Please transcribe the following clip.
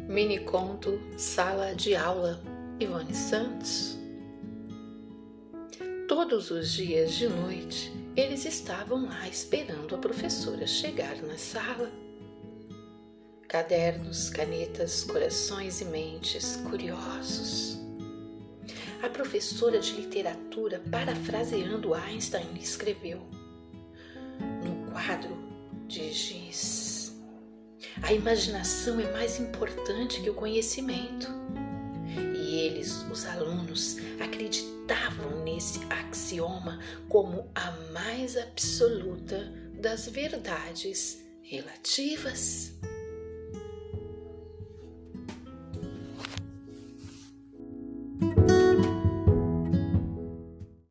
Miniconto Sala de Aula, Ivone Santos. Todos os dias de noite, eles estavam lá esperando a professora chegar na sala. Cadernos, canetas, corações e mentes curiosos. A professora de literatura, parafraseando Einstein, escreveu no quadro de giz: a imaginação é mais importante que o conhecimento. E eles, os alunos, acreditavam nesse axioma como a mais absoluta das verdades relativas.